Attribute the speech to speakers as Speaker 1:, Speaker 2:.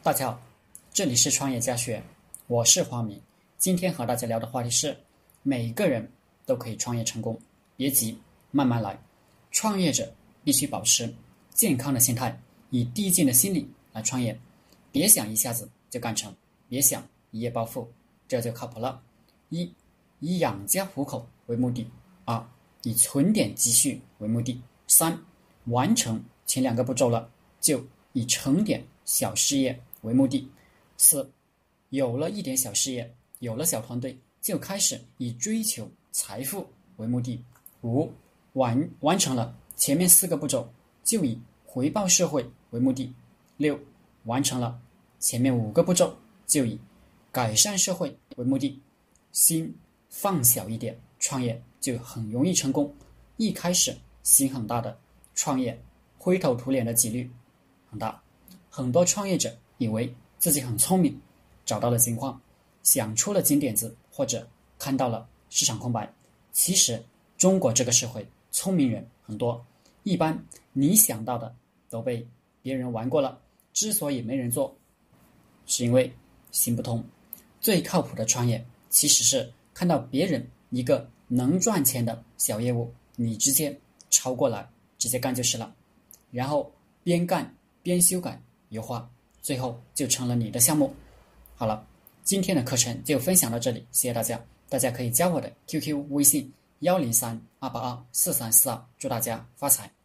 Speaker 1: 大家好，这里是创业家学，我是黄明。今天和大家聊的话题是，每个人都可以创业成功，别急，慢慢来。创业者必须保持健康的心态，以递进的心理来创业，别想一下子就干成，别想一夜暴富，这就靠谱了。一、以养家糊口为目的；二、以存点积蓄为目的；三、完成前两个步骤了，就以成点小事业为目的；四、有了一点小事业，有了小团队，就开始以追求财富为目的；五、完成了前面四个步骤，就以回报社会为目的；六、完成了前面五个步骤，就以改善社会为目的。心放小一点，创业就很容易成功。一开始心很大的创业，灰头土脸的几率很大。很多创业者以为自己很聪明，找到了金矿，想出了金点子，或者看到了市场空白。其实中国这个社会聪明人很多，一般你想到的都被别人玩过了。之所以没人做，是因为行不通。最靠谱的创业其实是看到别人一个能赚钱的小业务，你直接抄过来，直接干就是了。然后边干边修改优化，最后就成了你的项目。好了，今天的课程就分享到这里，谢谢大家。大家可以加我的 QQ 微信103-282-4342，祝大家发财。